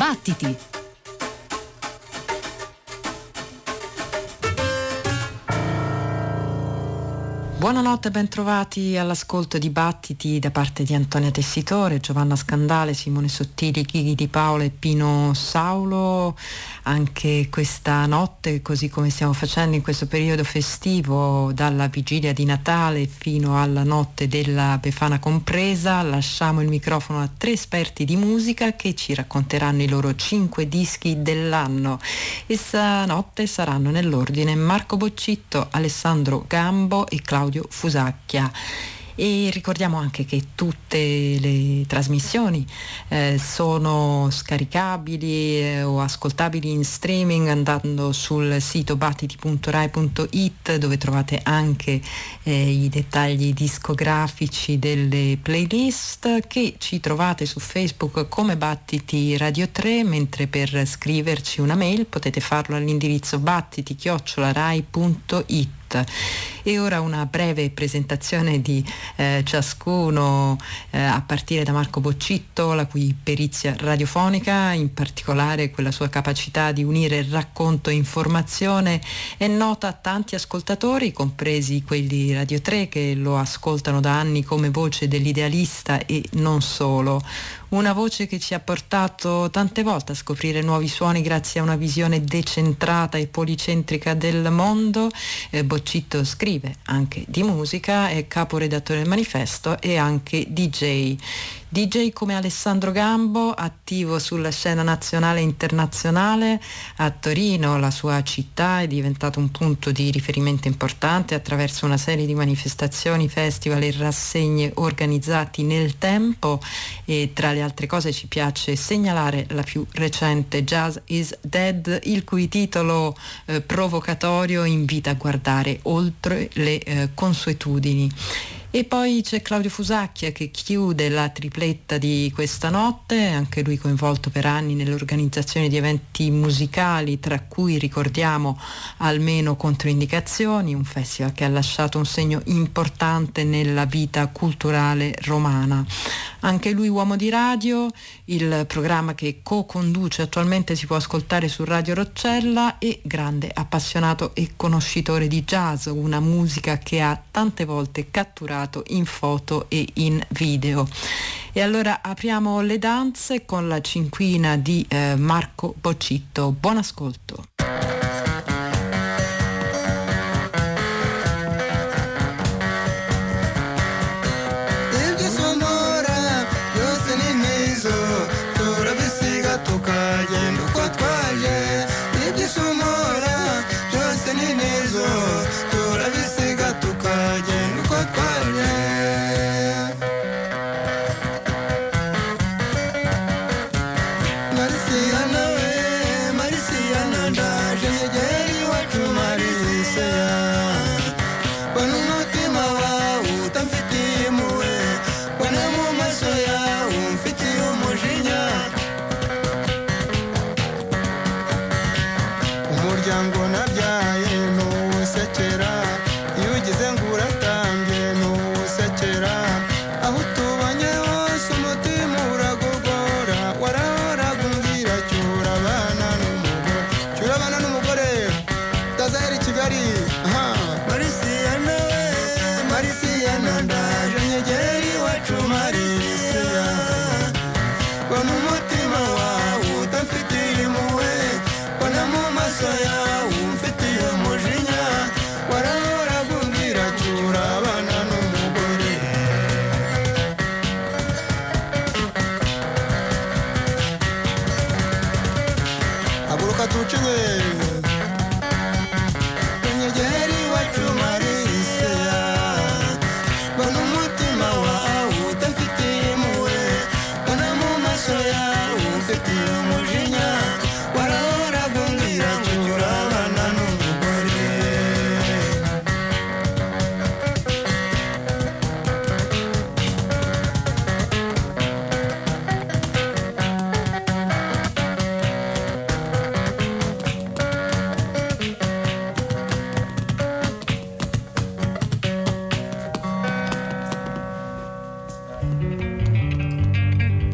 Battiti! Buonanotte, ben trovati all'ascolto di Battiti da parte di Antonia Tessitore, Giovanna Scandale, Simone Sottili, Chighi Di Paola e Pino Saulo. Anche questa notte, così come stiamo facendo in questo periodo festivo, dalla vigilia di Natale fino alla notte della Befana compresa, lasciamo il microfono a 3 esperti di musica che ci racconteranno i loro 5 dischi dell'anno. E stanotte saranno nell'ordine Marco Boccitto, Alessandro Gambo e Claudio Fusacchia. E ricordiamo anche che tutte le trasmissioni sono scaricabili o ascoltabili in streaming andando sul sito battiti.rai.it, dove trovate anche i dettagli discografici delle playlist, che ci trovate su Facebook come Battiti Radio 3, mentre per scriverci una mail potete farlo all'indirizzo battiti@rai.it. E ora una breve presentazione di ciascuno, a partire da Marco Boccitto, la cui perizia radiofonica, in particolare quella sua capacità di unire racconto e informazione, è nota a tanti ascoltatori, compresi quelli Radio 3 che lo ascoltano da anni come voce dell'idealista e non solo. Una voce che ci ha portato tante volte a scoprire nuovi suoni grazie a una visione decentrata e policentrica del mondo. Boccitto scrive anche di musica, è caporedattore del Manifesto e anche DJ. DJ come Alessandro Gambo, attivo sulla scena nazionale e internazionale. A Torino, la sua città, è diventato un punto di riferimento importante attraverso una serie di manifestazioni, festival e rassegne organizzati nel tempo, e tra le altre cose ci piace segnalare la più recente, Jazz is Dead, il cui titolo provocatorio invita a guardare oltre le consuetudini. E poi c'è Claudio Fusacchia che chiude la tripletta di questa notte, anche lui coinvolto per anni nell'organizzazione di eventi musicali, tra cui ricordiamo Almeno Controindicazioni, un festival che ha lasciato un segno importante nella vita culturale romana. Anche lui uomo di radio, il programma che co-conduce attualmente si può ascoltare su Radio Roccella, e grande appassionato e conoscitore di jazz, una musica che ha tante volte catturato in foto e in video. E allora apriamo le danze con la cinquina di Marco Boccitto. Buon ascolto. Umutima wawe udafite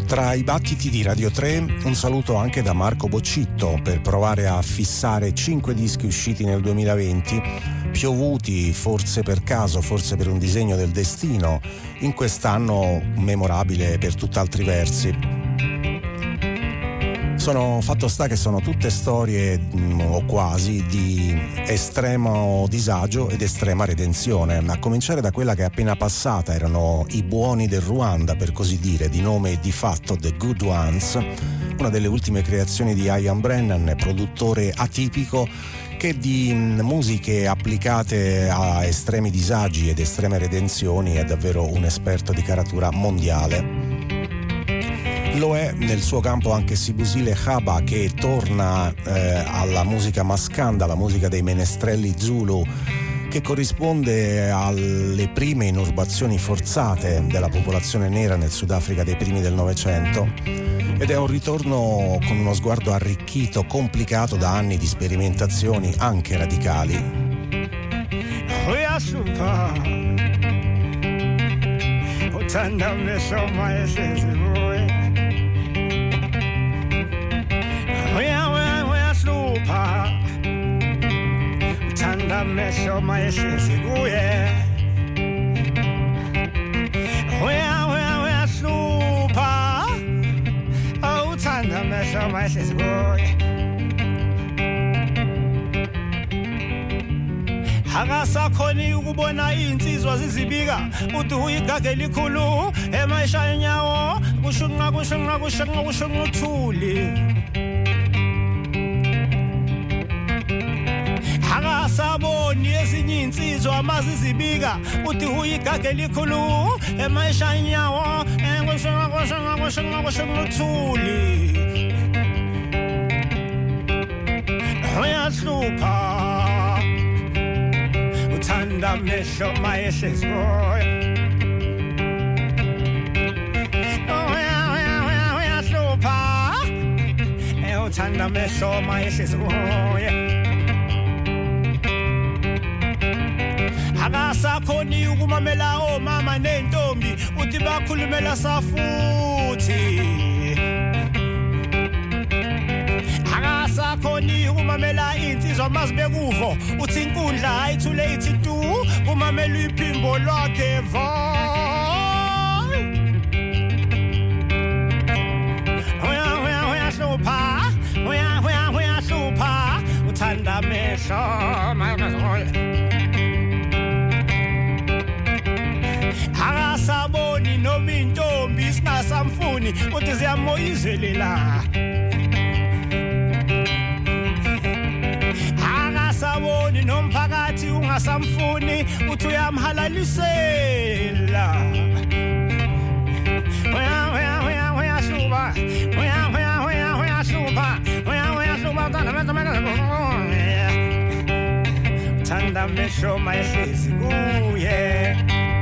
Tra i battiti di Radio 3 un saluto anche da Marco Boccitto per provare a fissare 5 dischi usciti nel 2020, piovuti forse per caso, forse per un disegno del destino, in quest'anno memorabile per tutt'altri versi. Fatto sta che sono tutte storie o quasi di estremo disagio ed estrema redenzione, a cominciare da quella che è appena passata. Erano i buoni del Ruanda, per così dire, di nome e di fatto The Good Ones, una delle ultime creazioni di Ian Brennan, produttore atipico che di musiche applicate a estremi disagi ed estreme redenzioni è davvero un esperto di caratura mondiale. Lo è nel suo campo anche Sibusile Khaba, che torna alla musica maskanda, alla musica dei menestrelli Zulu, che corrisponde alle prime inurbazioni forzate della popolazione nera nel Sudafrica dei primi del Novecento, ed è un ritorno con uno sguardo arricchito, complicato da anni di sperimentazioni anche radicali. Uthanda amehlo mayehlezi kuye uyahlupha uthanda amehlo mayehlezi kuye akasakhoni ukubona insizwa zizibika uthi uyigage likhulu emayishaya inyawo kushunqa uthuli akasaboni ezinye insizwa amazizibika uthi uyigage likhulu emayishaya inyawo kushunqa uthuli uyahlupha uthanda amehlo mayehlezi kuye uyahlupha uthanda amehlo mayehlezi kuye akasakhoni ukumamela omama nentombi uthi bakhulumela safuthi akasakhoni ukumamela insizwa mazibekuvo uthi inkundla ayithule ithi tu umamela iphimbo lwakhe vo uyahlupha uyahlupha uthanda amehlo akasaboni noma intombi singasamfuni uthi ziyamoyizelela akasaboni nomphakathi ungasamfuni uthi uyamhalalisela uyahlupha uthanda amehlo mayehlezi kuye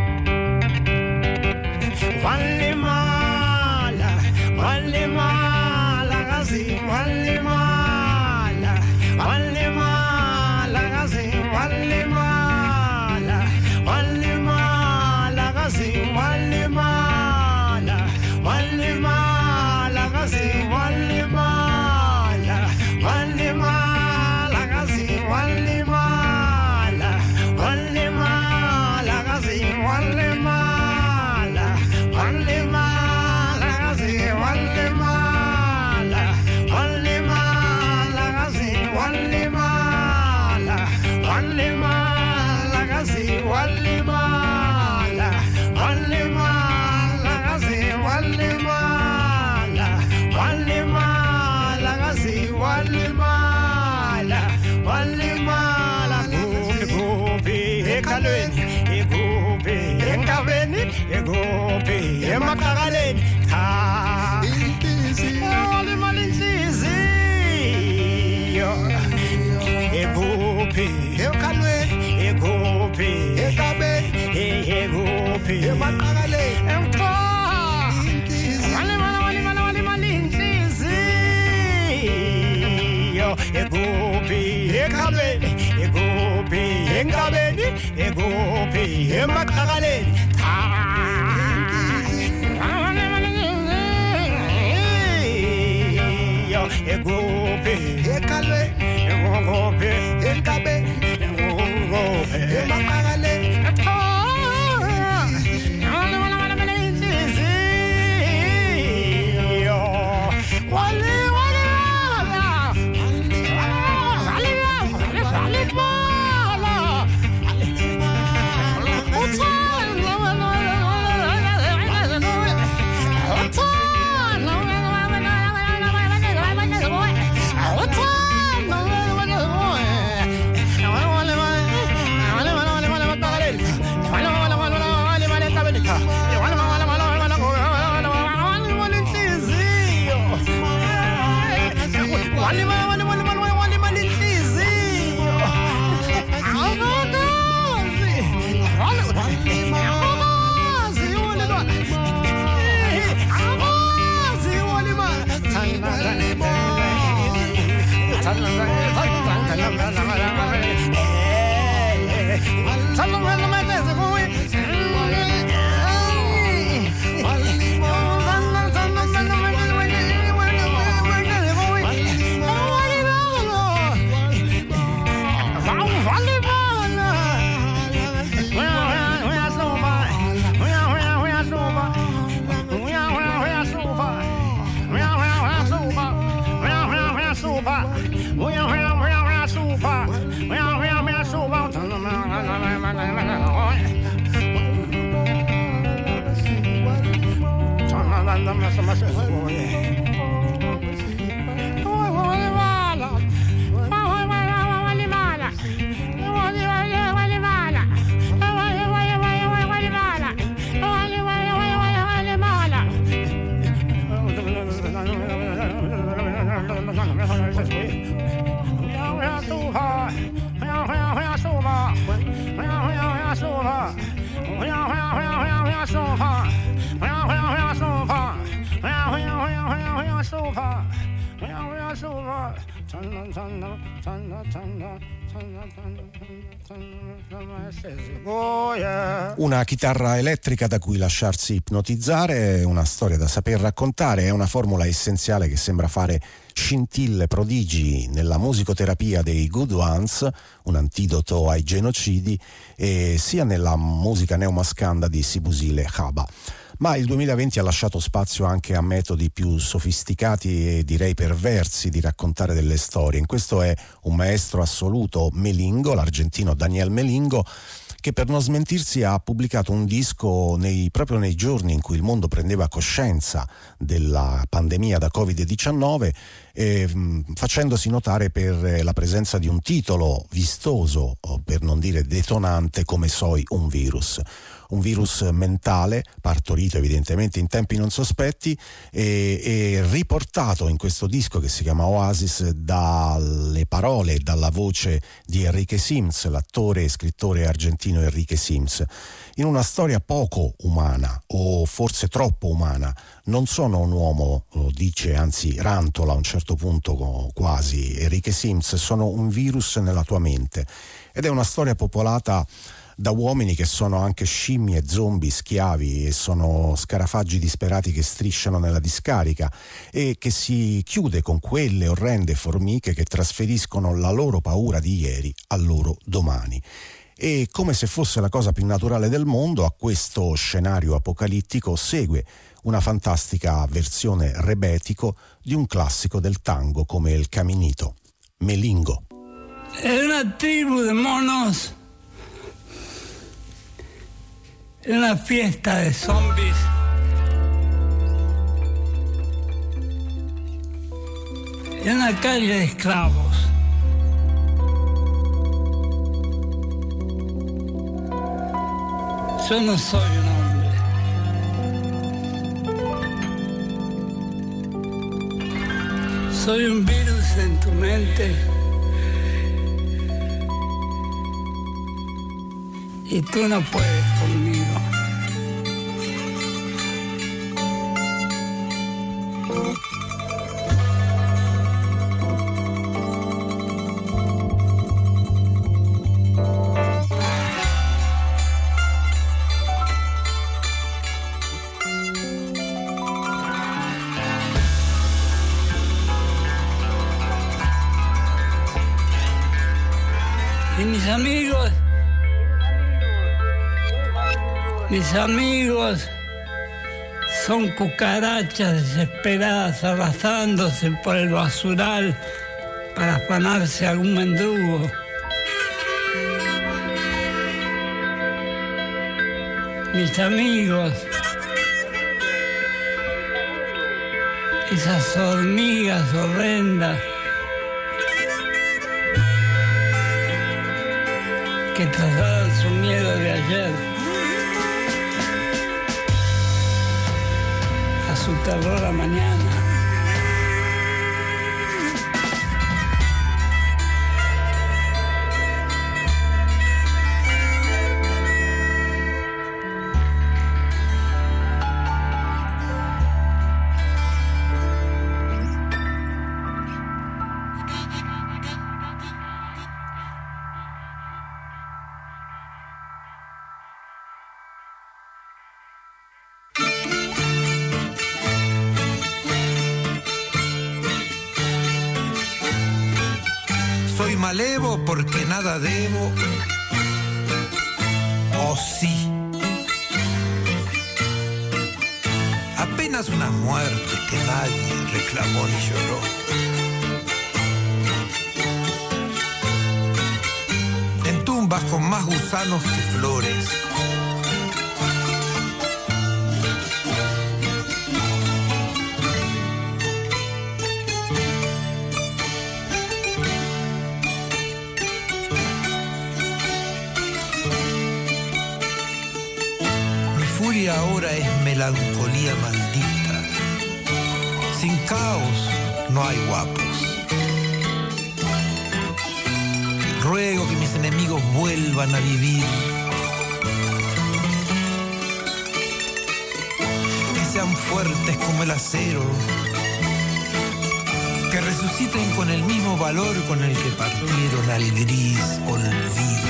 walimala kazi walimala kazi walimala kazi walimala kazi walimala kazi walimala kazi walimala Egopi emakaleni cha walimala inhliziyo egopi ekhalweni egopi ekabeni egopi emakaleni walimala inhliziyo egopi ekhalweni egopi enkabeni egopi emakaleni egope ekalwe egope ekabe egope emakagale Una chitarra elettrica da cui lasciarsi ipnotizzare, una storia da saper raccontare, è una formula essenziale che sembra fare scintille prodigi nella musicoterapia dei Good Ones, un antidoto ai genocidi, e sia nella musica neomascanda di Sibusile Chaba. Ma il 2020 ha lasciato spazio anche a metodi più sofisticati e direi perversi di raccontare delle storie. In questo è un maestro assoluto, Melingo, l'argentino Daniel Melingo, che per non smentirsi ha pubblicato un disco proprio nei giorni in cui il mondo prendeva coscienza della pandemia da Covid-19, facendosi notare per la presenza di un titolo vistoso, per non dire detonante, come Soy un virus. Un virus mentale, partorito evidentemente in tempi non sospetti e riportato in questo disco che si chiama Oasis dalle parole e dalla voce di Enrique Sims, l'attore e scrittore argentino Enrique Sims, in una storia poco umana o forse troppo umana. Non sono un uomo, dice, anzi rantola a un certo punto quasi Enrique Sims, sono un virus nella tua mente, ed è una storia popolata da uomini che sono anche scimmie, zombie, schiavi, e sono scarafaggi disperati che strisciano nella discarica, e che si chiude con quelle orrende formiche che trasferiscono la loro paura di ieri al loro domani. E come se fosse la cosa più naturale del mondo, a questo scenario apocalittico segue una fantastica versione rebetico di un classico del tango come il Caminito, Melingo. È una tribu de monos, es una fiesta de zombies. Es una calle de esclavos. Yo no soy un hombre. Soy un virus en tu mente. Y tú no puedes conmigo. Mis amigos son cucarachas desesperadas arrastrándose por el basural para afanarse algún mendrugo. Mis amigos, esas hormigas horrendas que trasladan su miedo de ayer a su terror a mañana. Soy malevo porque nada debo. Oh sí. Apenas una muerte que nadie reclamó ni lloró. En tumbas con más gusanos que flores. Ahora es melancolía maldita. Sin caos no hay guapos. Ruego que mis enemigos vuelvan a vivir. Que sean fuertes como el acero. Que resuciten con el mismo valor con el que partieron al gris olvido.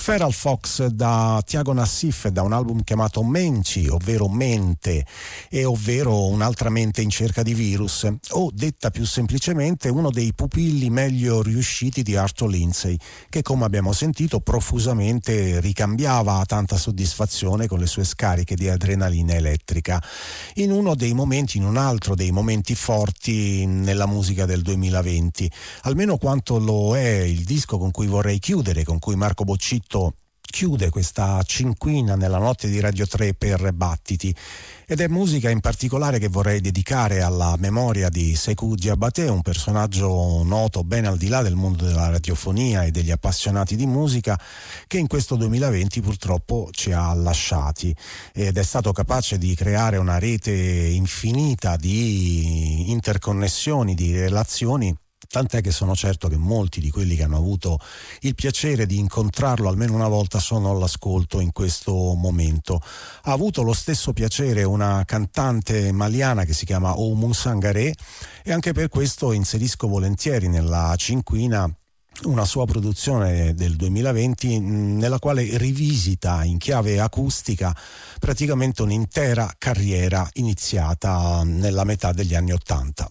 Feral Fox da Tiago Nassif, da un album chiamato Menci, ovvero mente, e ovvero un'altra mente in cerca di virus, o detta più semplicemente uno dei pupilli meglio riusciti di Arthur Lindsay, che come abbiamo sentito profusamente ricambiava tanta soddisfazione con le sue scariche di adrenalina elettrica in un altro dei momenti forti nella musica del 2020, almeno quanto lo è il disco con cui vorrei chiudere, con cui Marco Boccitto chiude questa cinquina nella notte di Radio 3 per Battiti, ed è musica in particolare che vorrei dedicare alla memoria di Sekou Diabaté, un personaggio noto ben al di là del mondo della radiofonia e degli appassionati di musica, che in questo 2020 purtroppo ci ha lasciati, ed è stato capace di creare una rete infinita di interconnessioni, di relazioni, tant'è che sono certo che molti di quelli che hanno avuto il piacere di incontrarlo almeno una volta sono all'ascolto in questo momento. Ha avuto lo stesso piacere una cantante maliana che si chiama Oumou Sangaré, e anche per questo inserisco volentieri nella cinquina una sua produzione del 2020 nella quale rivisita in chiave acustica praticamente un'intera carriera iniziata nella metà degli anni '80.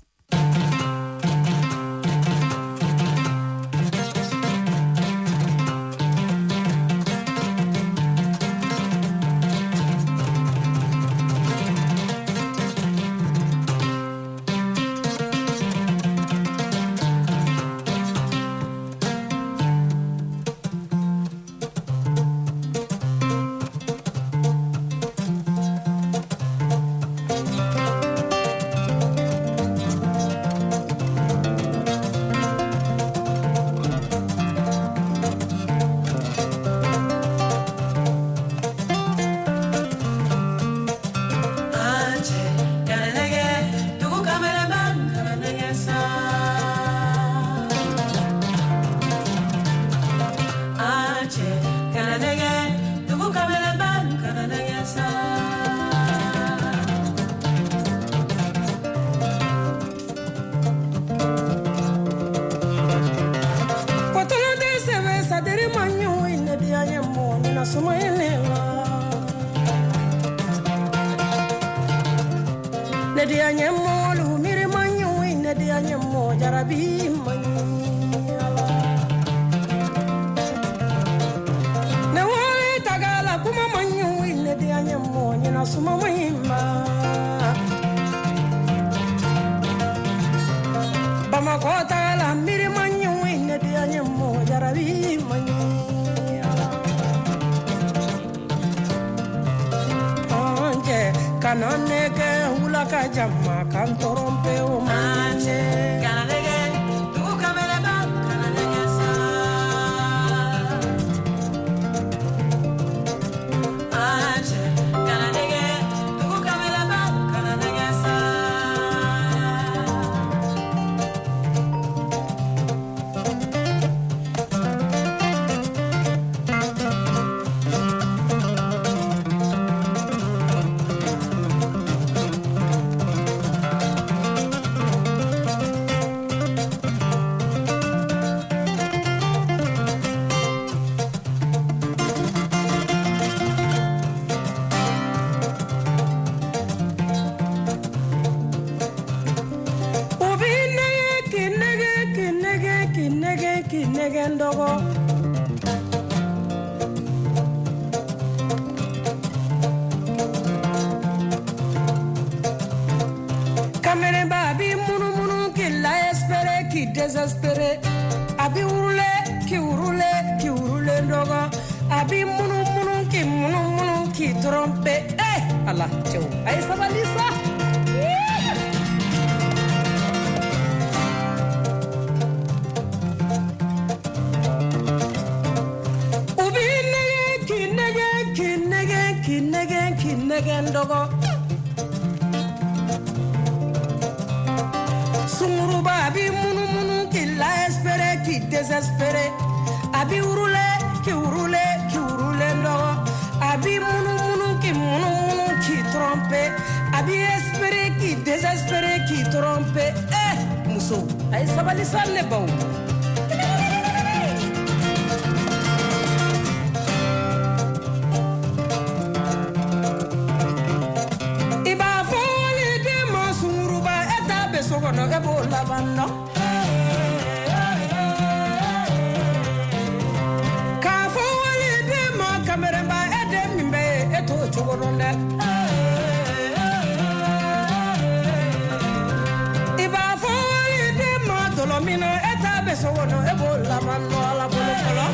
mina eta be so wono e bolla mando ala bolo folo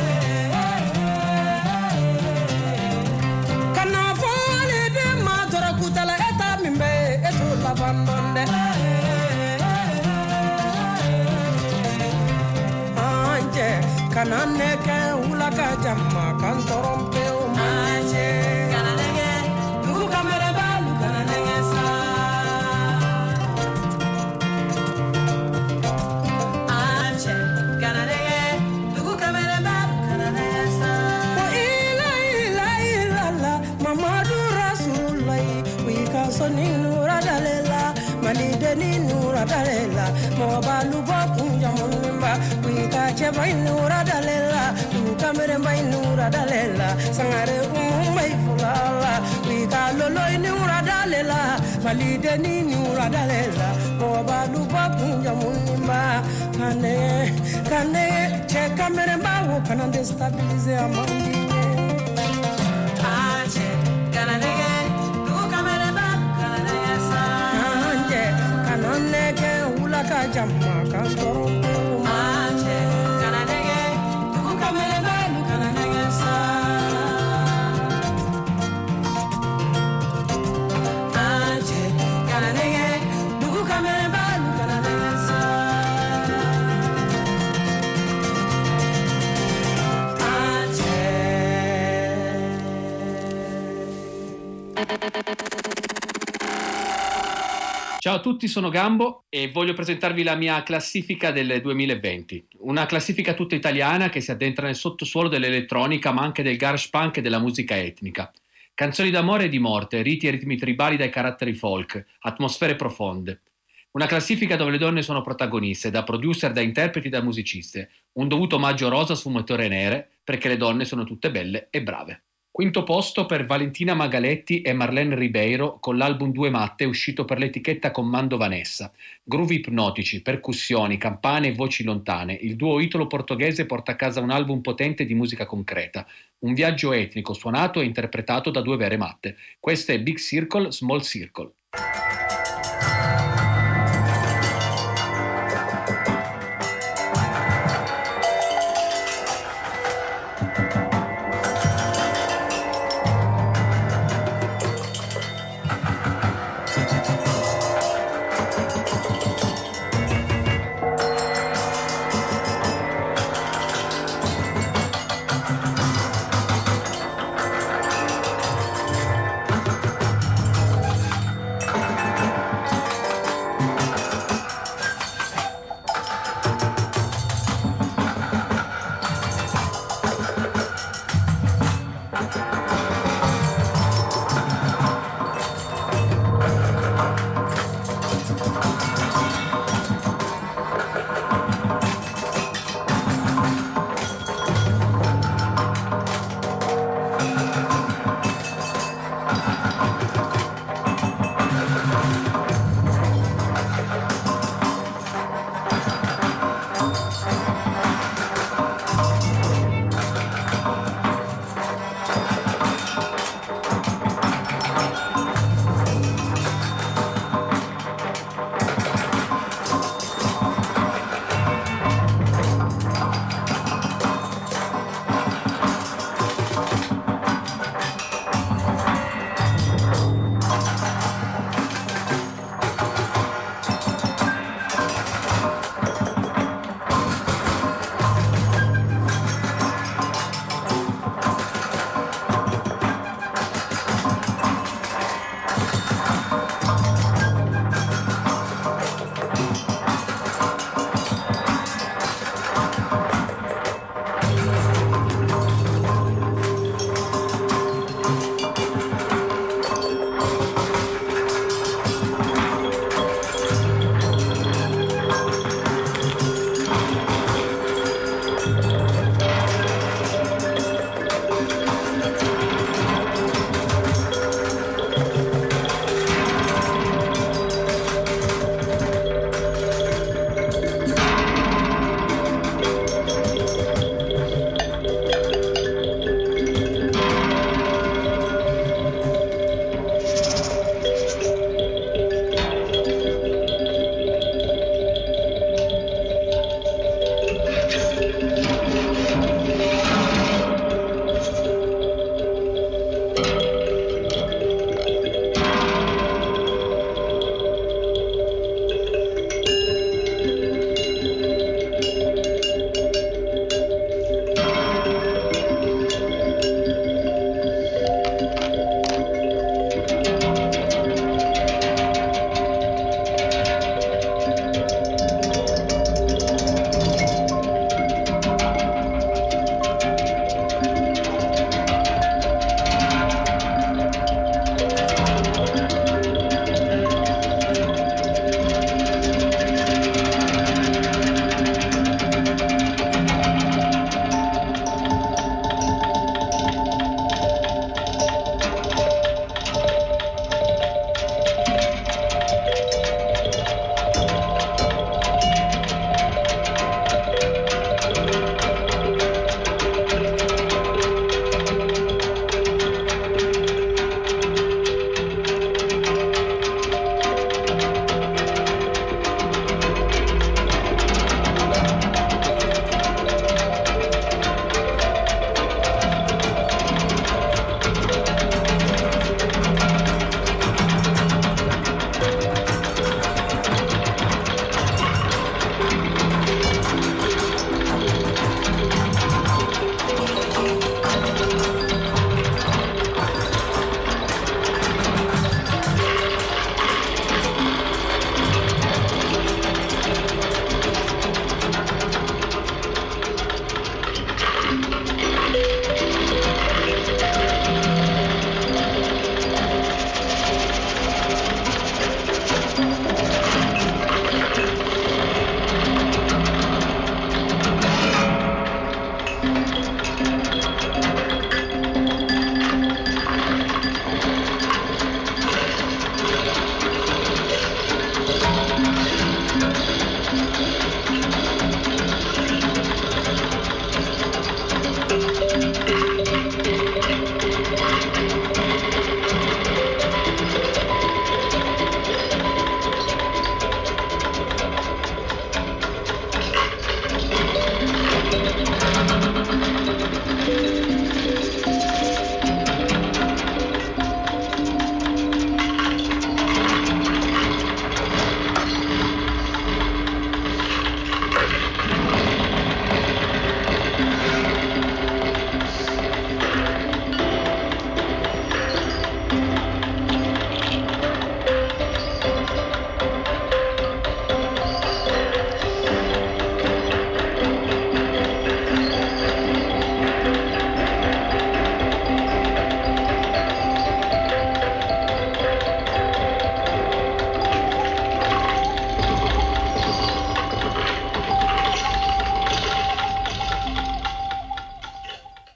kana fole de ma dora kutala eta mimbe eto la bandonde anje kana neke ula ka jamma kan torompe o manje kana nege dugu kamere balu kana nege sa anje kana nege dugu kamere balu kana nege sa wa ila ila ila la mamadu rasulullah wi ka soni nura dalela malide ni nura dalela mo balu ba kunja munimba wi ka cheba nura dalela du kamere mai nura dalela sangare mai fulala wi ka lolo nura dalela malide ni nura dalela mo balu ba kunja munimba kane che kamere ma wo kana destabilize amandi ache kana nege du kamere ba kana nege sa anje kana nege ula ka jamma kan torompe ache kana nege du kamere ba kana nege sa ache kana nege du kamere ba kana nege sa Ciao a tutti, sono Gambo e voglio presentarvi la mia classifica del 2020. Una classifica tutta italiana che si addentra nel sottosuolo dell'elettronica ma anche del garage punk e della musica etnica. Canzoni d'amore e di morte, riti e ritmi tribali dai caratteri folk, atmosfere profonde. Una classifica dove le donne sono protagoniste, da producer, da interpreti, da musiciste. Un dovuto omaggio rosa sfumature nere, perché le donne sono tutte belle e brave. Quinto posto per Valentina Magaletti e Marlene Ribeiro con l'album Due Matte uscito per l'etichetta Commando Vanessa. Groove ipnotici, percussioni, campane e voci lontane. Il duo italo-portoghese porta a casa un album potente di musica concreta. Un viaggio etnico suonato e interpretato da due vere matte. Questa è Big Circle, Small Circle.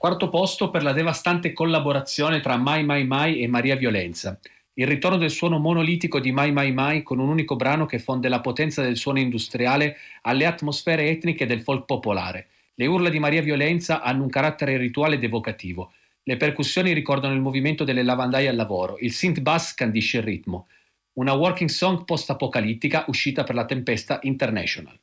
Quarto posto per la devastante collaborazione tra Mai Mai Mai e Maria Violenza. Il ritorno del suono monolitico di Mai Mai Mai con un unico brano che fonde la potenza del suono industriale alle atmosfere etniche del folk popolare. Le urla di Maria Violenza hanno un carattere rituale ed evocativo. Le percussioni ricordano il movimento delle lavandaie al lavoro. Il synth bass scandisce il ritmo. Una working song post-apocalittica uscita per la Tempesta International.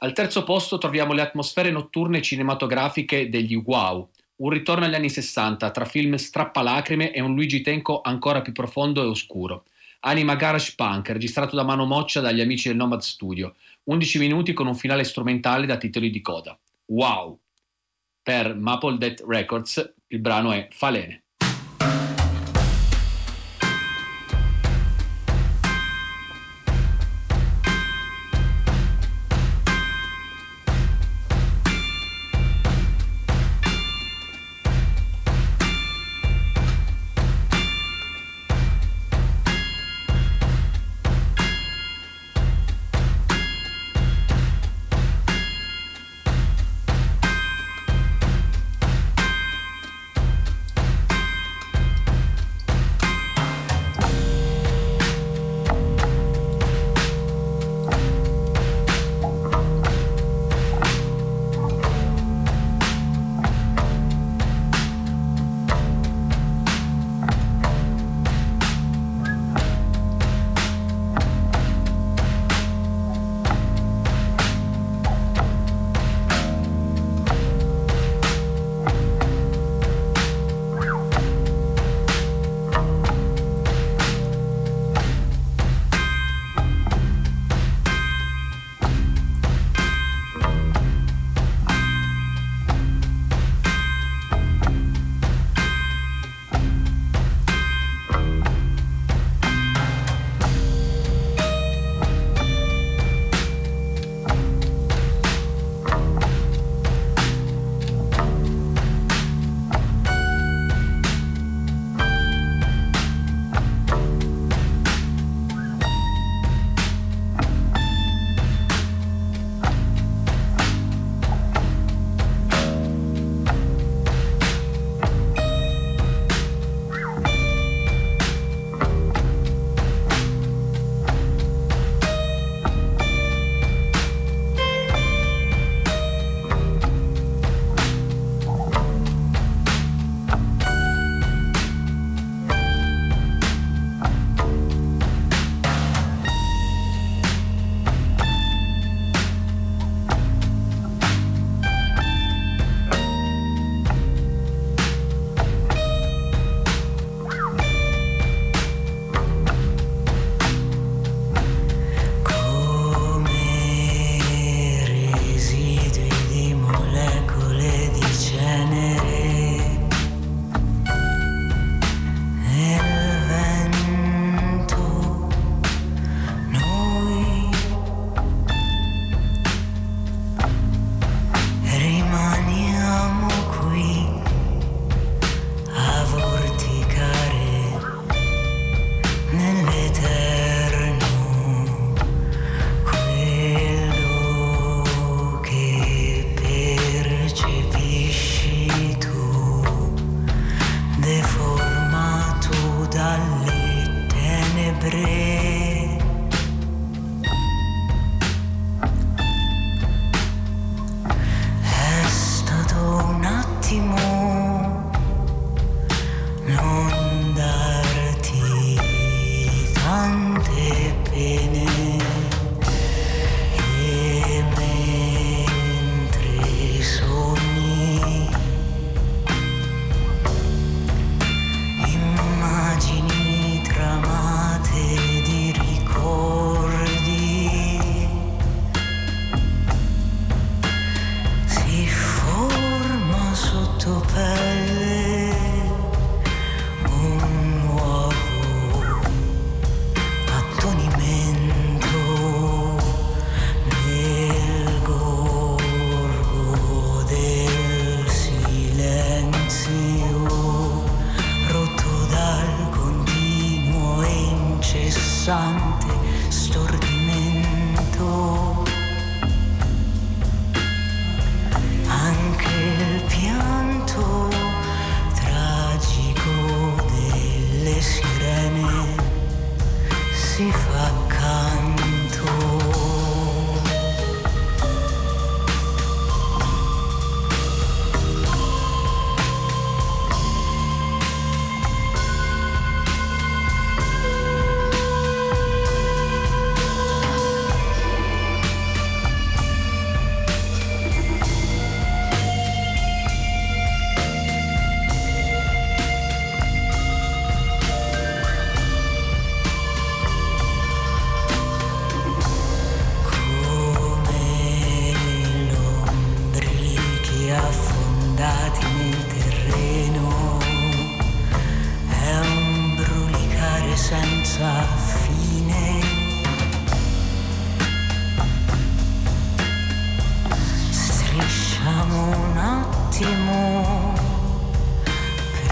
Al terzo posto troviamo le atmosfere notturne cinematografiche degli Wow, un ritorno agli anni 60 tra film strappalacrime e un Luigi Tenco ancora più profondo e oscuro. Anima garage punk, registrato da Mano Moccia dagli amici del Nomad Studio, 11 minuti con un finale strumentale da titoli di coda. Wow! Per Maple Death Records il brano è Falene.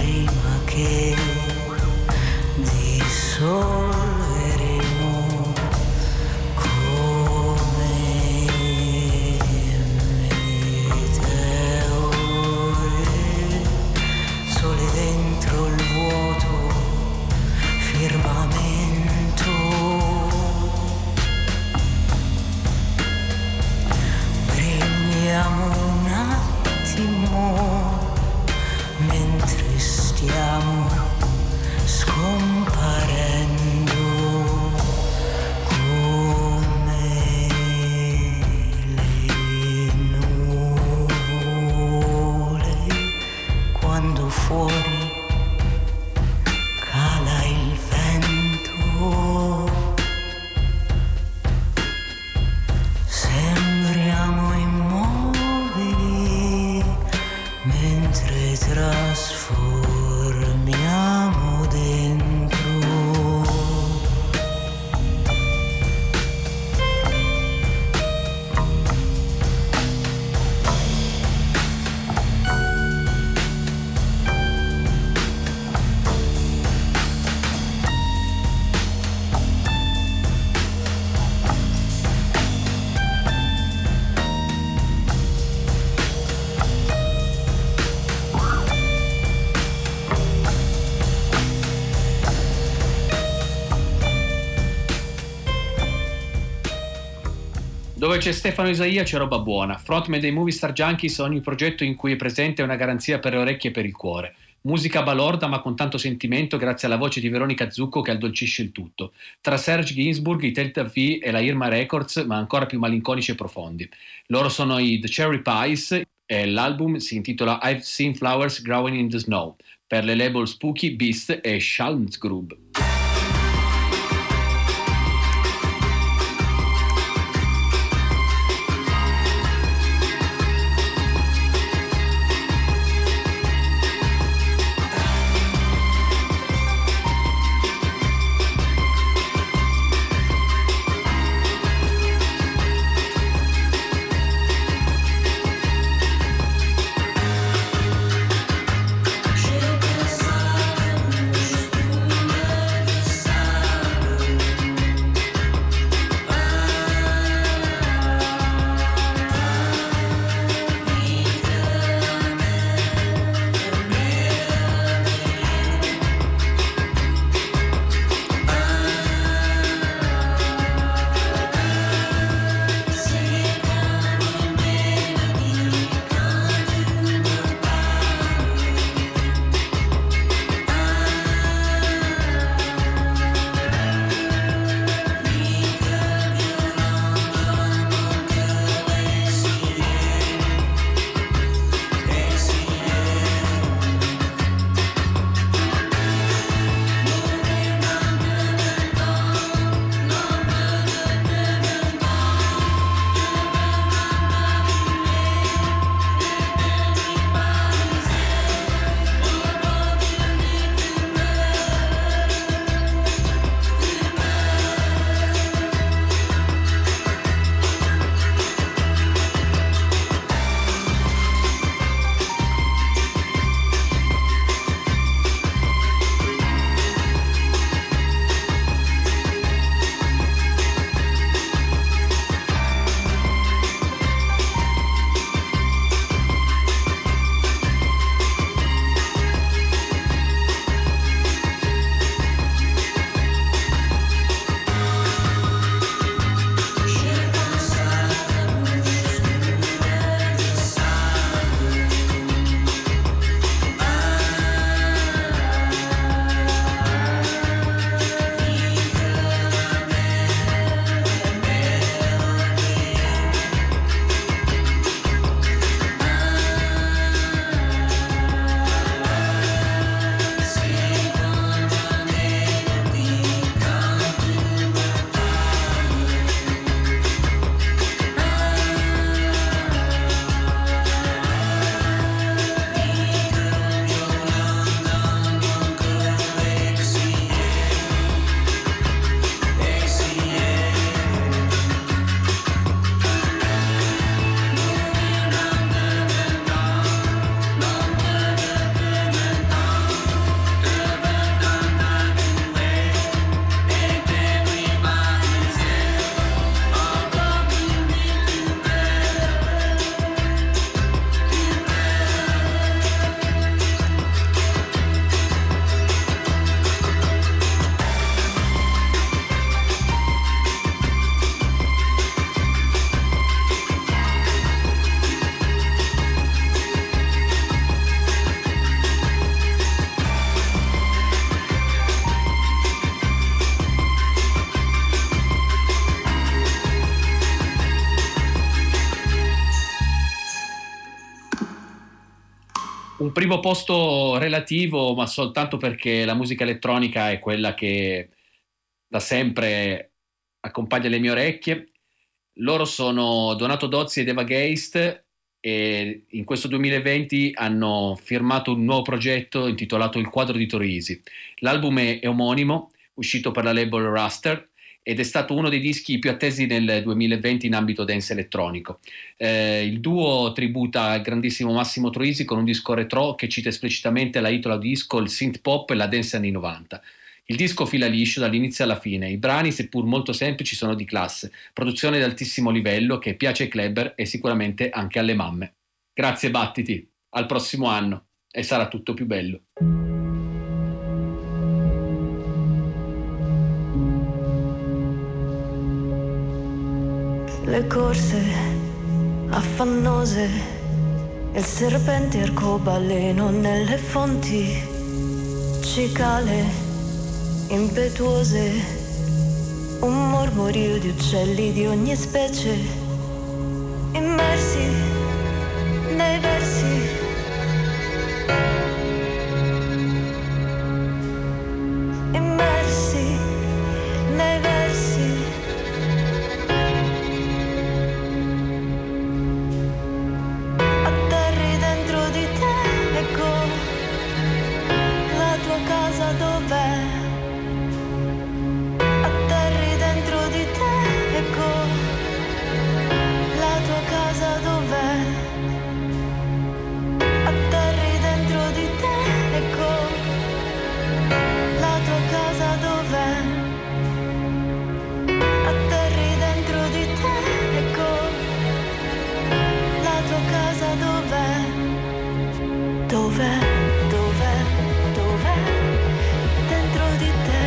prima che dissolveremo come meteore, sole dentro il vuoto firmamento. Brilliamo un attimo mentre stiamo scomparendo come le nuvole quando fuori cala il vento. Sembriamo immobili mentre trasformiamo dentro. Dove c'è Stefano Isaia c'è roba buona. Frontman dei Movie Star Junkies, ogni progetto in cui è presente è una garanzia per le orecchie e per il cuore. Musica balorda ma con tanto sentimento grazie alla voce di Veronica Zucco che addolcisce il tutto. Tra Serge Gainsbourg, i Delta V e la Irma Records, ma ancora più malinconici e profondi. Loro sono i The Cherry Pies e l'album si intitola I've Seen Flowers Growing in the Snow per le label Spooky, Beast e Schalmsgrub. Je pensais primo posto relativo, ma soltanto perché la musica elettronica è quella che da sempre accompagna le mie orecchie. Loro sono Donato Dozzi ed Eva Geist e in questo 2020 hanno firmato un nuovo progetto intitolato Il Quadro di Torisi. L'album è omonimo, uscito per la label Raster, ed è stato uno dei dischi più attesi nel 2020 in ambito dance elettronico. Il duo tributa il grandissimo Massimo Troisi con un disco retro che cita esplicitamente la Italo disco, il synth pop e la dance anni 90. Il disco fila liscio dall'inizio alla fine, i brani, seppur molto semplici, sono di classe, produzione di altissimo livello che piace ai clubber e sicuramente anche alle mamme. Grazie Battiti, al prossimo anno e sarà tutto più bello. Le corse affannose, il serpente arcobaleno nelle fonti, cicale impetuose, un mormorio di uccelli di ogni specie, immersi nei versi, immersi nei versi. Atterri dentro di te, ecco, la tua casa dov'è? Atterri dentro di te, ecco, la tua casa dov'è? Atterri dentro di te, ecco, la tua casa dov'è? Atterri dentro di te, ecco, la tua casa dov'è? Dov'è? Dov'è? Dov'è? Dentro di te.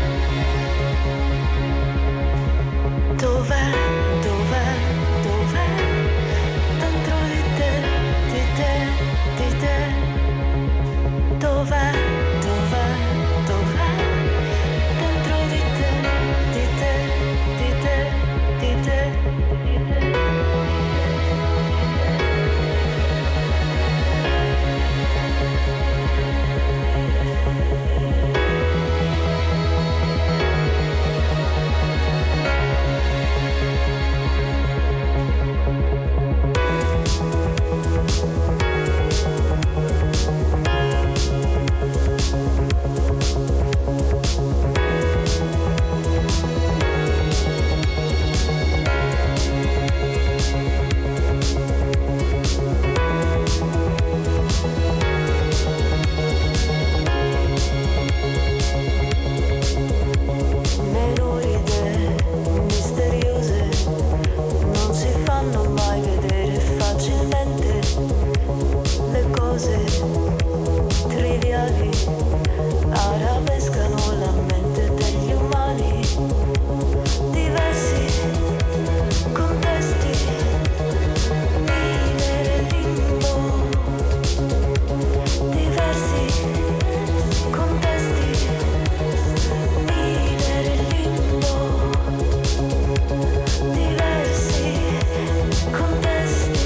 Dov'è? Dov'è? Dov'è? Dentro di te, di te, di te. Dov'è? Dov'è? Dov'è? Dentro di te, di te, di te, di te. Meno idee misteriose non si fanno mai vedere facilmente, le cose triviali arabescano la mente degli umani, diversi contesti, vivere limbo, diversi contesti, vivere limbo, diversi contesti.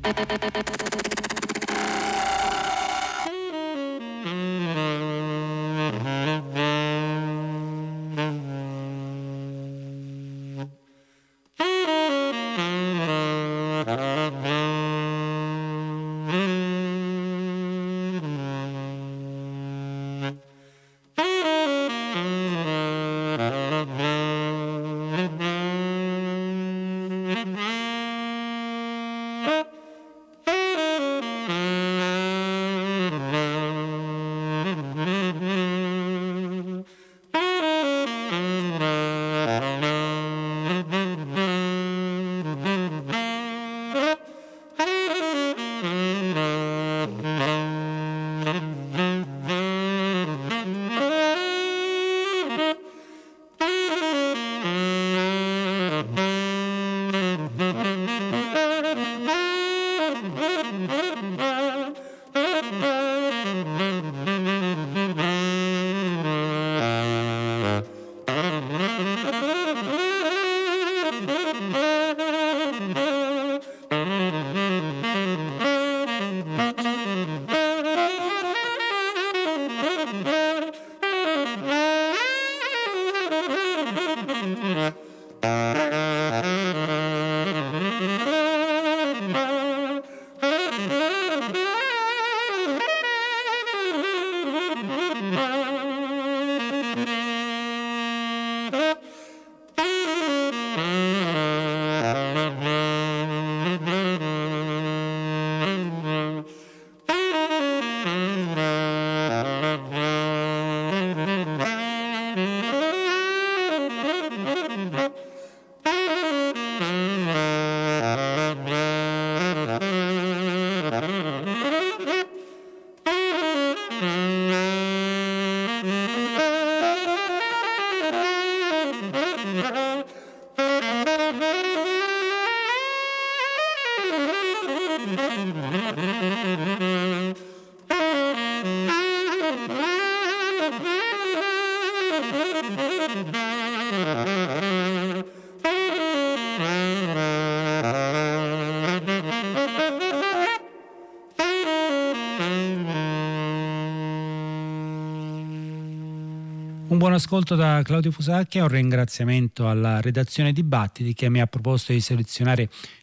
Un buon ascolto da Claudio Fusacchia, un ringraziamento alla redazione di Battiti che mi ha proposto di selezionare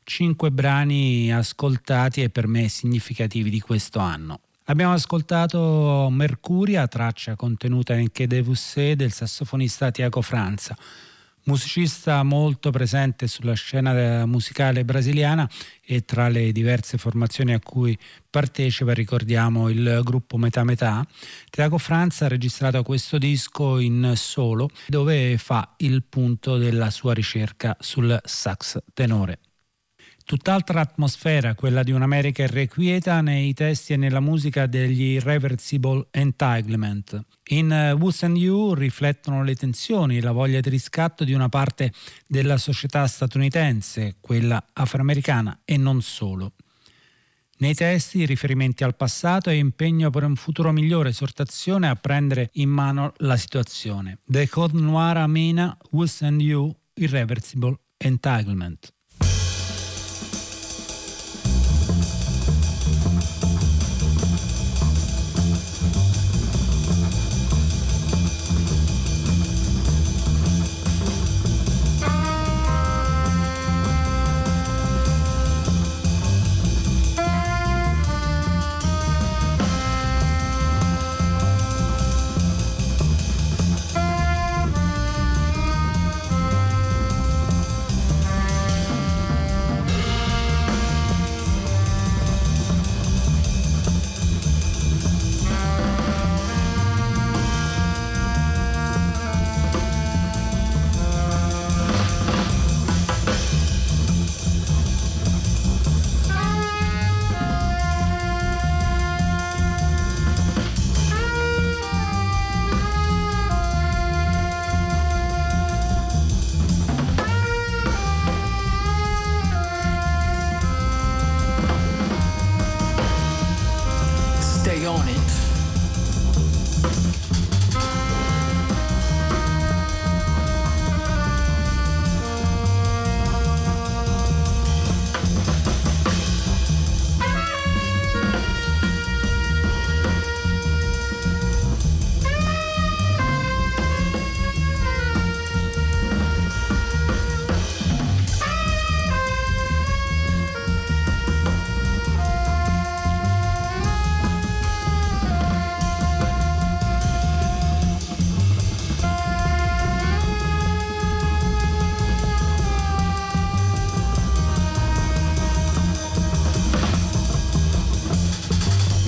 5 brani ascoltati e per me significativi di questo anno. Abbiamo ascoltato Mercuria, traccia contenuta in Quai de Vussé del sassofonista Tiago Franza, musicista molto presente sulla scena musicale brasiliana e tra le diverse formazioni a cui partecipa ricordiamo il gruppo Metà Metà. Tiago Franza ha registrato questo disco in solo dove fa il punto della sua ricerca sul sax tenore. Tutt'altra atmosfera, quella di un'America irrequieta nei testi e nella musica degli Irreversible Entanglement. In Who's and You riflettono le tensioni e la voglia di riscatto di una parte della società statunitense, quella afroamericana e non solo. Nei testi riferimenti al passato e impegno per un futuro migliore, esortazione a prendere in mano la situazione. The Code Noir Amena, Who's and You, Irreversible Entanglement.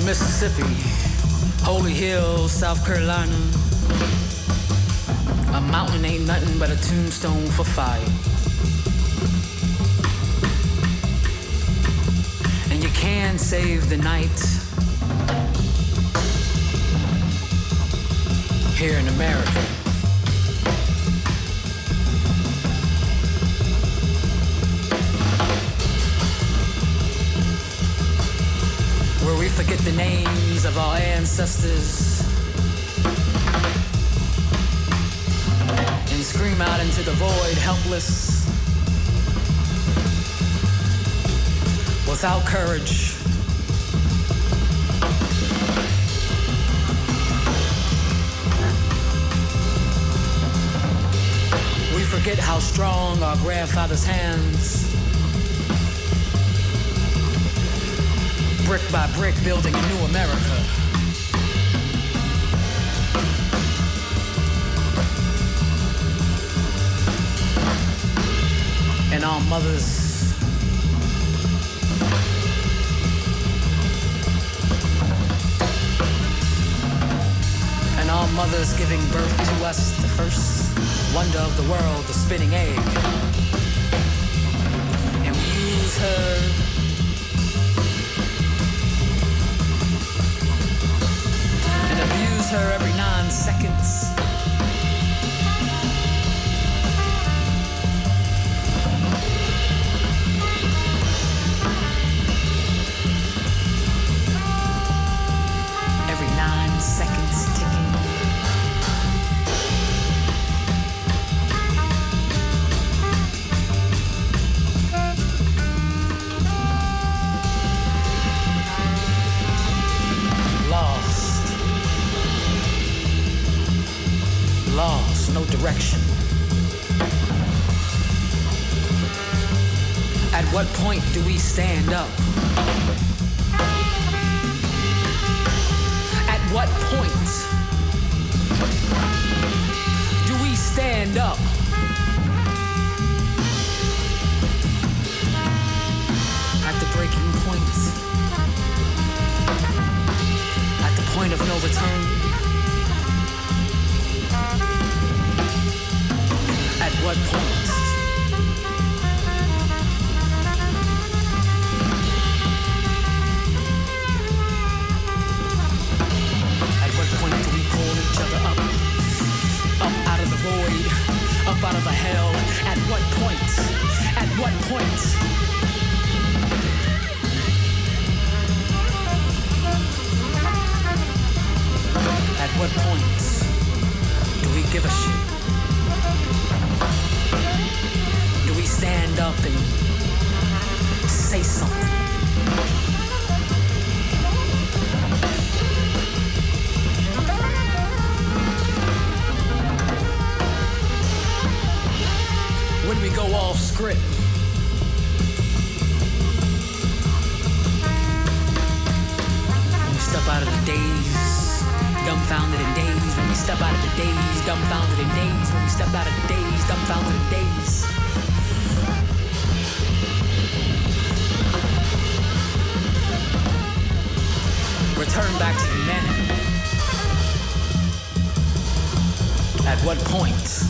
Mississippi, Holy Hill, South Carolina. A mountain ain't nothing but a tombstone for fire. And you can save the night here in America. Where we forget the names of our ancestors and scream out into the void, helpless, without courage. We forget how strong our grandfather's hands, brick by brick, building a new America. And our mothers, giving birth to us, the first wonder of the world, the spinning egg. And we use her and abuse her every 9 seconds. Every 9 seconds ticking. Lost, no direction. At what point do we stand up? At what point do we stand up? At the breaking point. At the point of no return. At what point? At what point do we pull each other up? Up out of the void, up out of the hell. At what point? At what point? At what point do we give a shit? Do we stand up and say something? When we go off script, when we step out of the daze, dumbfounded in daze. When we step out of the daze, dumbfounded in daze. When we step out of the daze, dumbfounded in daze. Return back to humanity. At what point?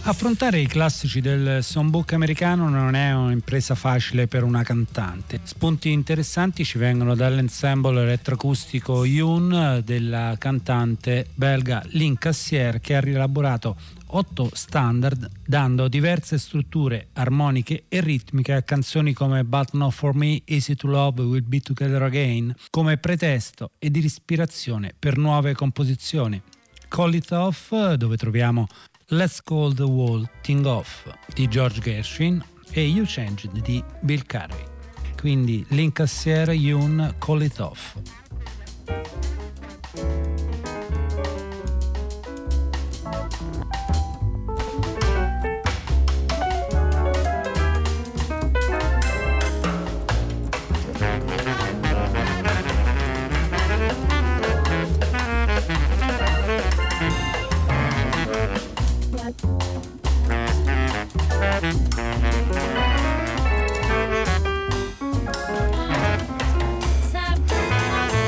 Affrontare i classici del songbook americano non è un'impresa facile per una cantante. Spunti interessanti ci vengono dall'ensemble elettroacustico Yoon della cantante belga Lynn Cassier, che ha rielaborato 8 standard dando diverse strutture armoniche e ritmiche a canzoni come But Not For Me, Easy To Love, We'll Be Together Again, come pretesto e di ispirazione per nuove composizioni. Call It Off, dove troviamo Let's Call the Whole Thing Off di George Gershwin e You Changed di Bill Carey. Quindi Lynn Cassier, Yoon, Call It Off. Stop.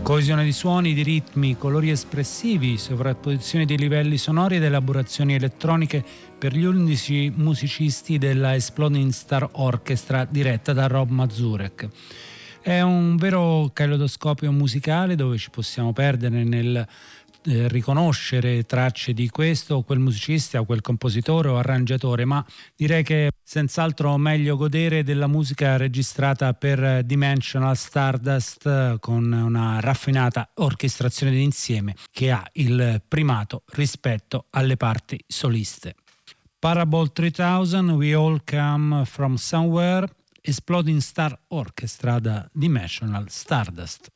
Coesione di suoni, di ritmi, colori espressivi, sovrapposizione di livelli sonori ed elaborazioni elettroniche per gli 11 musicisti della Exploding Star Orchestra diretta da Rob Mazurek. È un vero caleidoscopio musicale dove ci possiamo perdere nel riconoscere tracce di questo o quel musicista o quel compositore o arrangiatore, ma direi che senz'altro meglio godere della musica registrata per Dimensional Stardust con una raffinata orchestrazione d'insieme che ha il primato rispetto alle parti soliste. Parable 3000, We All Come From Somewhere, Exploding Star Orchestra da Dimensional Stardust.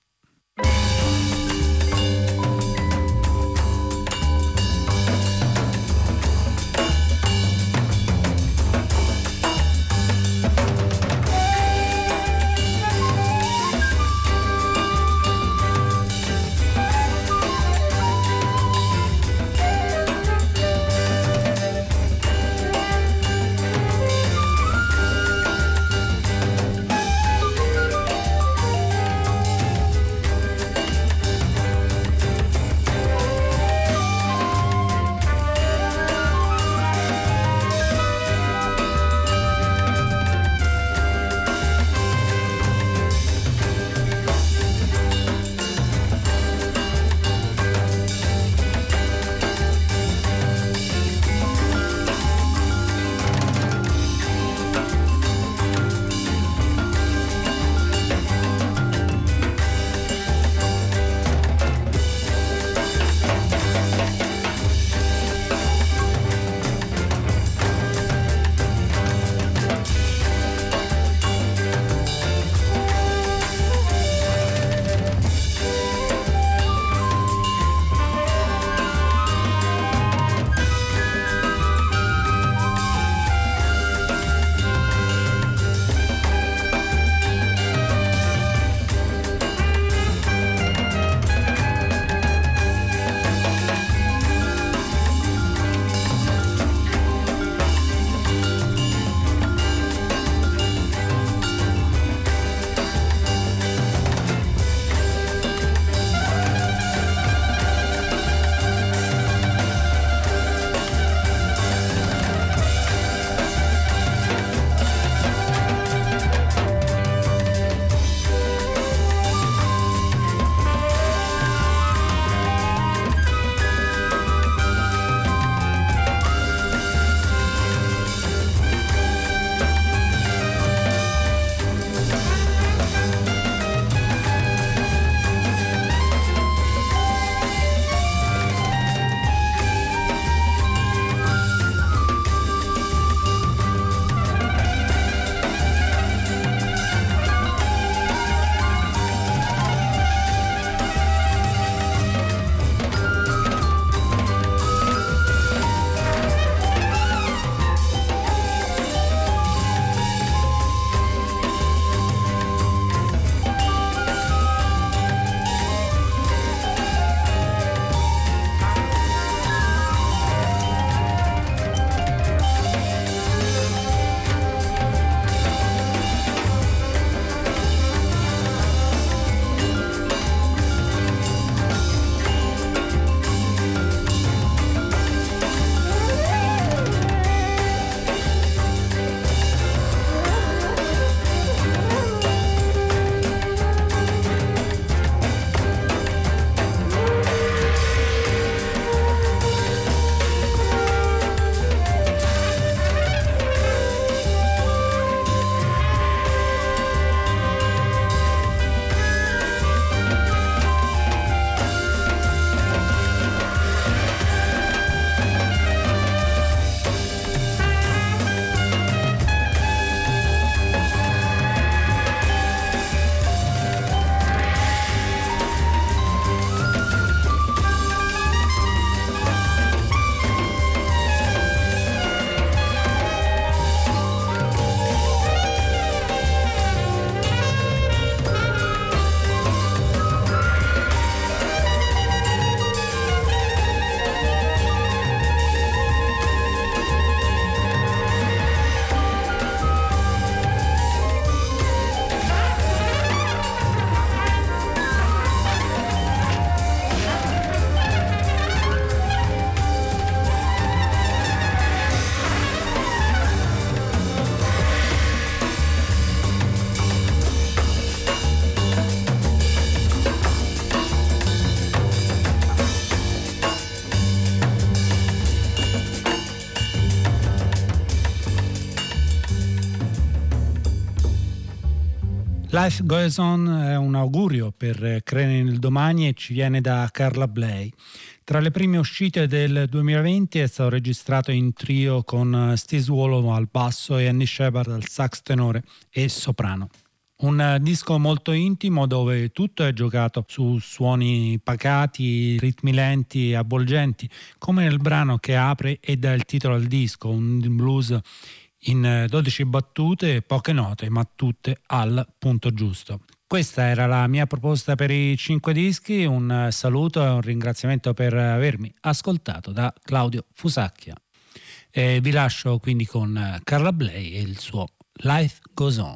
Life Goes On è un augurio per credere nel domani e ci viene da Carla Bley. Tra le prime uscite del 2020 è stato registrato in trio con Steve Swallow al basso e Andy Shepard al sax tenore e soprano. Un disco molto intimo dove tutto è giocato su suoni pacati, ritmi lenti e avvolgenti, come nel brano che apre e dà il titolo al disco, un blues in 12 battute, poche note, ma tutte al punto giusto. Questa era la mia proposta per i 5 dischi, un saluto e un ringraziamento per avermi ascoltato da Claudio Fusacchia. E vi lascio quindi con Carla Bley e il suo Life Goes On.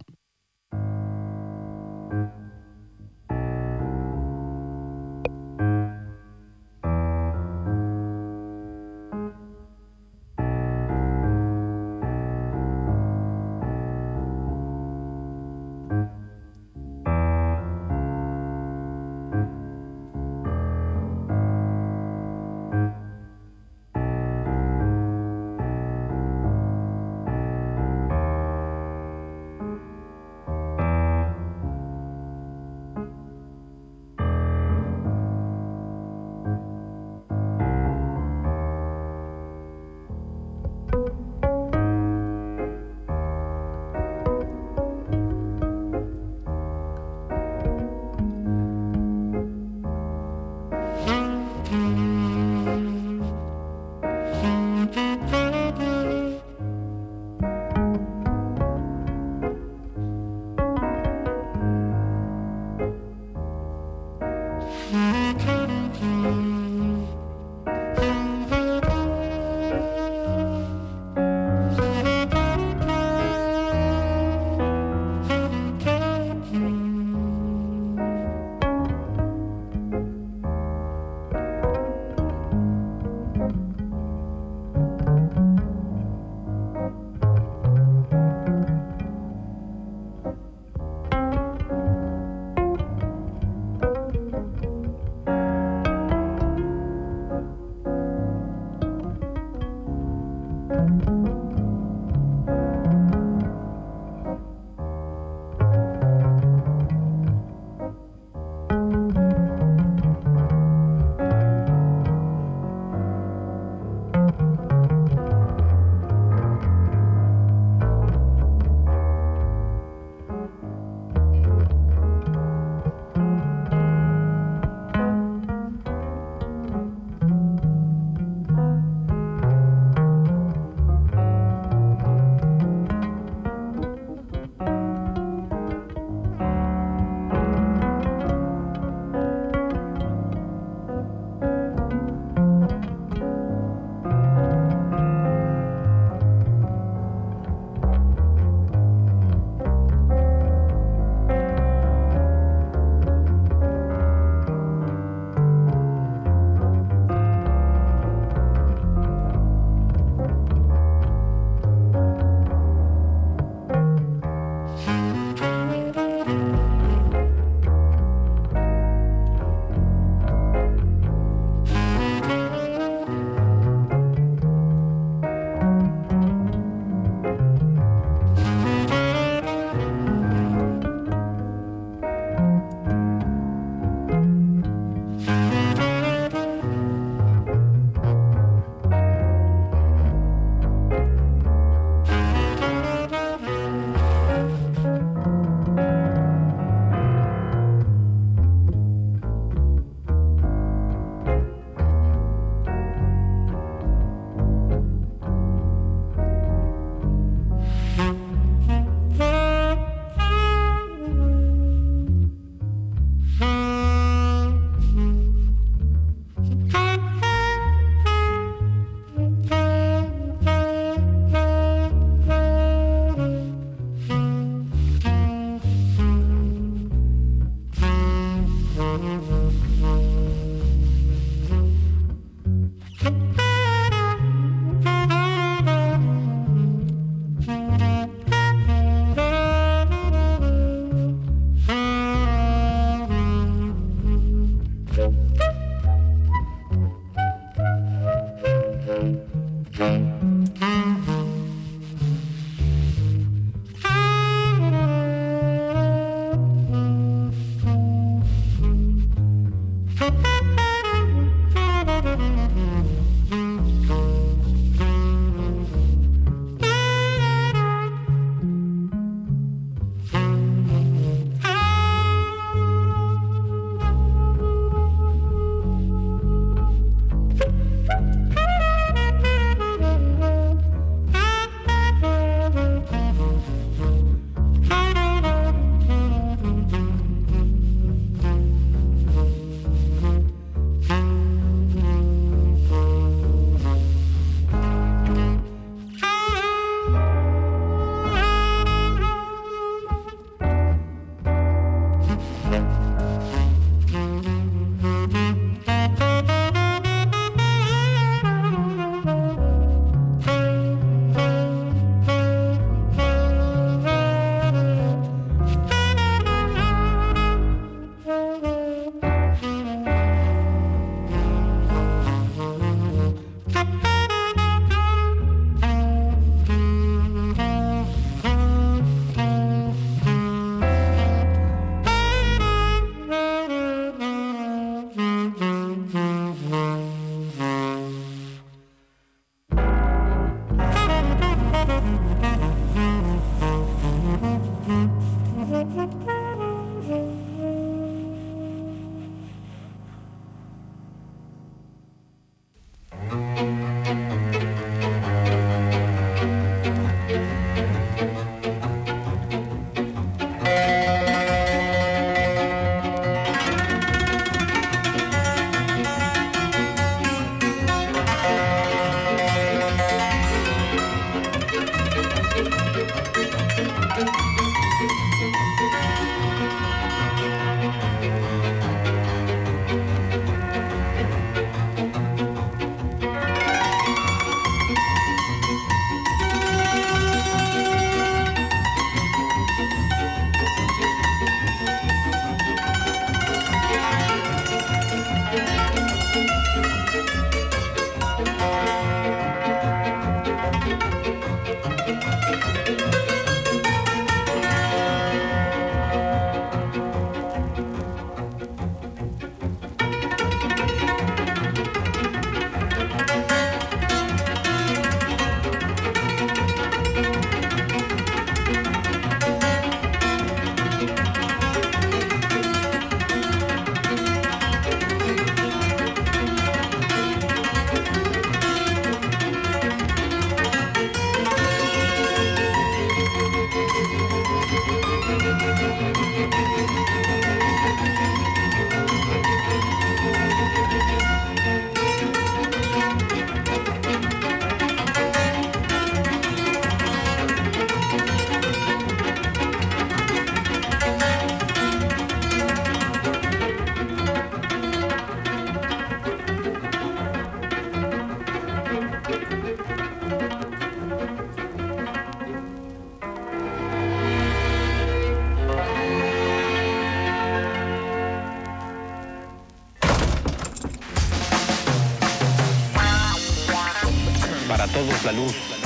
todos la luz.